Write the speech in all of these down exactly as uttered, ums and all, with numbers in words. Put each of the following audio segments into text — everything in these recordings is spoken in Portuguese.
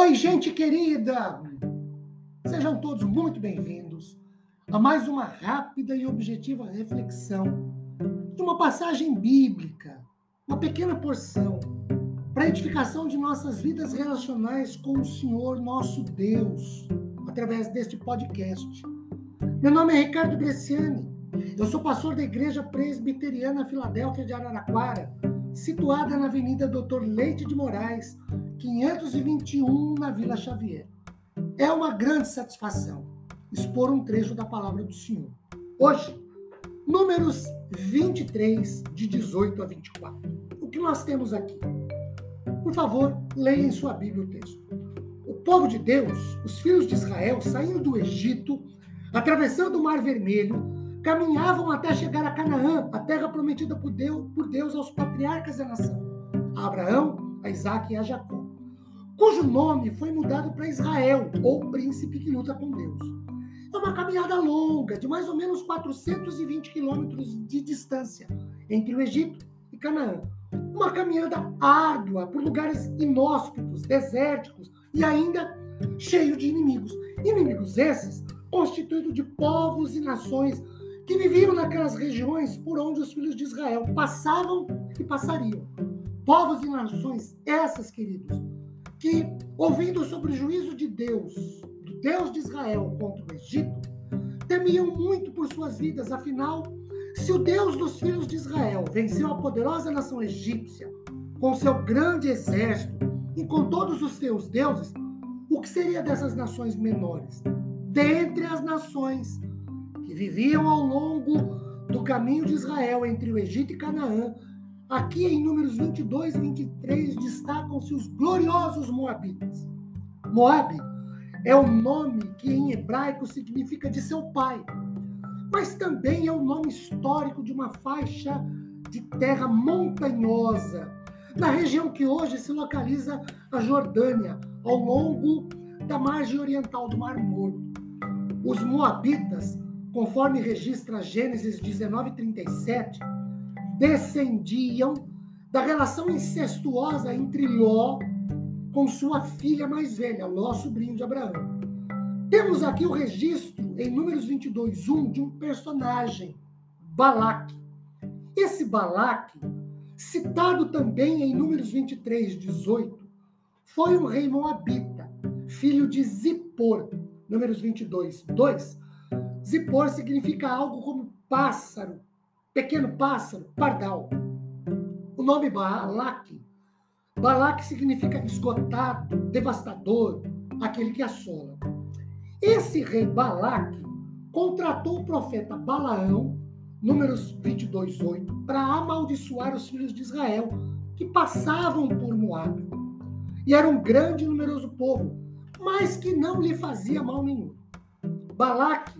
Oi, gente querida! Sejam todos muito bem-vindos a mais uma rápida e objetiva reflexão de uma passagem bíblica, uma pequena porção, para a edificação de nossas vidas relacionais com o Senhor nosso Deus, através deste podcast. Meu nome é Ricardo Bresciani, eu sou pastor da Igreja Presbiteriana Filadélfia de Araraquara, situada na Avenida doutor Leite de Moraes, quinhentos e vinte e um, na Vila Xavier. É uma grande satisfação expor um trecho da palavra do Senhor. Hoje, Números vinte e três, de dezoito a vinte e quatro. O que nós temos aqui? Por favor, leia em sua Bíblia o texto. O povo de Deus, os filhos de Israel, saindo do Egito, atravessando o Mar Vermelho, caminhavam até chegar a Canaã, a terra prometida por Deus, por Deus aos patriarcas da nação, a Abraão, a Isaque e a Jacó, cujo nome foi mudado para Israel, ou príncipe que luta com Deus. É uma caminhada longa, de mais ou menos quatrocentos e vinte quilômetros de distância, entre o Egito e Canaã. Uma caminhada árdua, por lugares inóspitos, desérticos e ainda cheio de inimigos. Inimigos esses constituídos de povos e nações que viviam naquelas regiões por onde os filhos de Israel passavam e passariam. Povos e nações essas, queridos, que, ouvindo sobre o juízo de Deus, do Deus de Israel contra o Egito, temiam muito por suas vidas. Afinal, se o Deus dos filhos de Israel venceu a poderosa nação egípcia com seu grande exército e com todos os seus deuses, o que seria dessas nações menores? Dentre as nações que viviam ao longo do caminho de Israel entre o Egito e Canaã, aqui em Números vinte e dois e vinte e três destacam-se os gloriosos Moabitas. Moabe é o nome que em hebraico significa de seu pai, mas também é o nome histórico de uma faixa de terra montanhosa, na região que hoje se localiza a Jordânia, ao longo da margem oriental do Mar Morto. Os Moabitas, conforme registra Gênesis dezenove, trinta e sete, descendiam da relação incestuosa entre Ló com sua filha mais velha, Ló, sobrinho de Abraão. Temos aqui o registro, em Números vinte e dois, um, de um personagem, Balaque. Esse Balaque, citado também em Números vinte e três, dezoito, foi um rei moabita, filho de Zippor. Números vinte e dois, dois. Zippor significa algo como pássaro, pequeno pássaro, pardal. O nome Balaque, Balaque significa esgotado, devastador, aquele que assola. Esse rei Balaque contratou o profeta Balaão, Números vinte e dois, oito, para amaldiçoar os filhos de Israel, que passavam por Moabe. E era um grande e numeroso povo, mas que não lhe fazia mal nenhum. Balaque,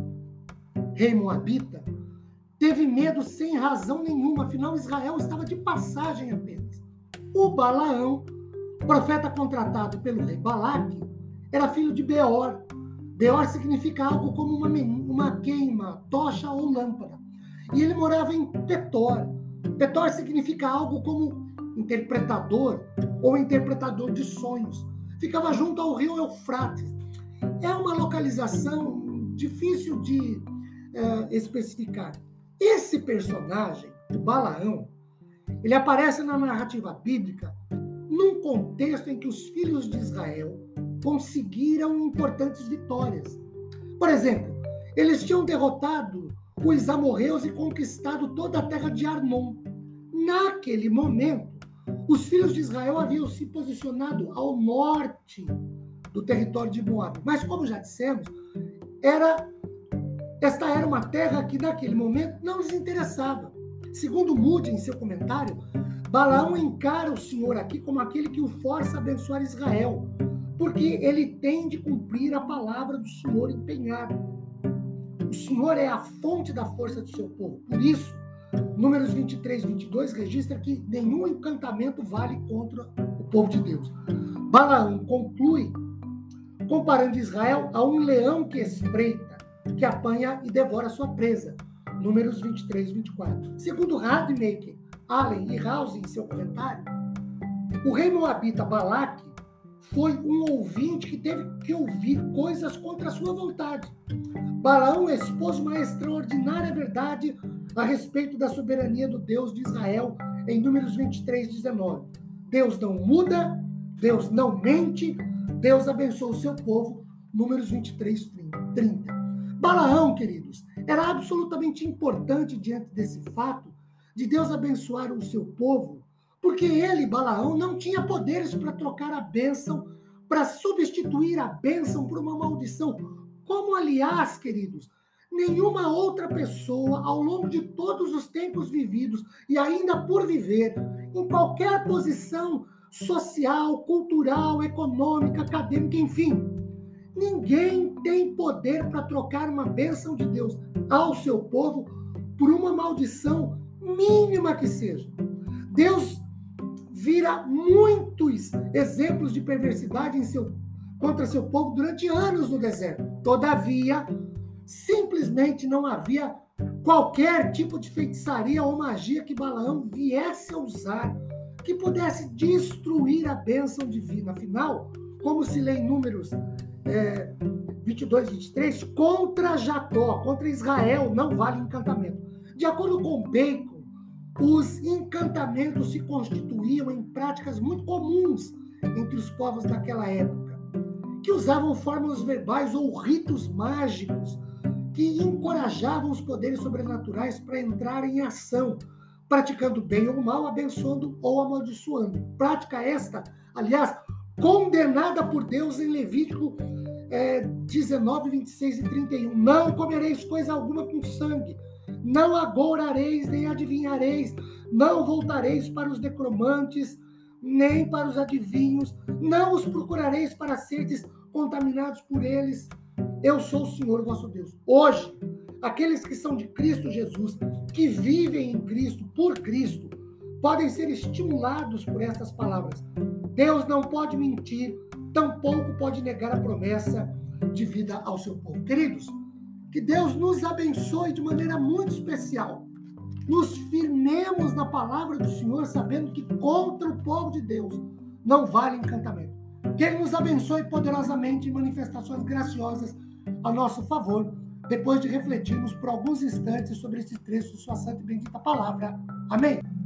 rei moabita, teve medo sem razão nenhuma, afinal Israel estava de passagem apenas. O Balaão, profeta contratado pelo rei Balaque, era filho de Beor. Beor significa algo como uma, uma queima, tocha ou lâmpada. E ele morava em Petor. Petor significa algo como interpretador ou interpretador de sonhos. Ficava junto ao rio Eufrates. É uma localização difícil de uh, especificar. Esse personagem, o Balaão, ele aparece na narrativa bíblica num contexto em que os filhos de Israel conseguiram importantes vitórias. Por exemplo, eles tinham derrotado os amorreus e conquistado toda a terra de Arnon. Naquele momento, os filhos de Israel haviam se posicionado ao norte do território de Moabe. Mas, como já dissemos, era, esta era uma terra que, naquele momento, não lhes interessava. Segundo Moody, em seu comentário, Balaão encara o Senhor aqui como aquele que o força a abençoar Israel, porque ele tem de cumprir a palavra do Senhor empenhado. O Senhor é a fonte da força do seu povo. Por isso, Números vinte e três, vinte e dois registra que nenhum encantamento vale contra o povo de Deus. Balaão conclui comparando Israel a um leão que espreita, que apanha e devora sua presa. Números vinte e três, vinte e quatro. Segundo Rademacher, Allen e House, em seu comentário, o rei moabita Balaque foi um ouvinte que teve que ouvir coisas contra a sua vontade. Balaão expôs uma extraordinária verdade a respeito da soberania do Deus de Israel em Números vinte e três, dezenove. Deus não muda, Deus não mente, Deus abençoa o seu povo, Números vinte e três, trinta. Balaão, queridos, era absolutamente importante diante desse fato de Deus abençoar o seu povo, porque ele, Balaão, não tinha poderes para trocar a bênção, para substituir a bênção por uma maldição. Como, aliás, queridos, nenhuma outra pessoa, ao longo de todos os tempos vividos e ainda por viver, em qualquer posição social, cultural, econômica, acadêmica, enfim, ninguém tem poder para trocar uma bênção de Deus ao seu povo por uma maldição mínima que seja. Deus vira muitos exemplos de perversidade em seu, contra seu povo durante anos no deserto. Todavia, simplesmente não havia qualquer tipo de feitiçaria ou magia que Balaão viesse a usar que pudesse destruir a bênção divina. Afinal, como se lê em Números é, vinte e dois, vinte e três, contra Jacó, contra Israel, não vale encantamento. De acordo com Bacon, os encantamentos se constituíam em práticas muito comuns entre os povos daquela época, que usavam fórmulas verbais ou ritos mágicos que encorajavam os poderes sobrenaturais para entrar em ação, praticando bem ou mal, abençoando ou amaldiçoando. Prática esta, aliás, condenada por Deus em Levítico é, dezenove, vinte e seis e trinta e um. Não comereis coisa alguma com sangue, não agourareis nem adivinhareis, não voltareis para os necromantes, nem para os adivinhos, não os procurareis para seres contaminados por eles. Eu sou o Senhor vosso Deus. Hoje, aqueles que são de Cristo Jesus, que vivem em Cristo, por Cristo, podem ser estimulados por estas palavras. Deus não pode mentir, tampouco pode negar a promessa de vida ao seu povo. Queridos, que Deus nos abençoe de maneira muito especial. Nos firmemos na palavra do Senhor, sabendo que contra o povo de Deus não vale encantamento. Que Ele nos abençoe poderosamente em manifestações graciosas a nosso favor, depois de refletirmos por alguns instantes sobre esse trecho de sua santa e bendita palavra. Amém.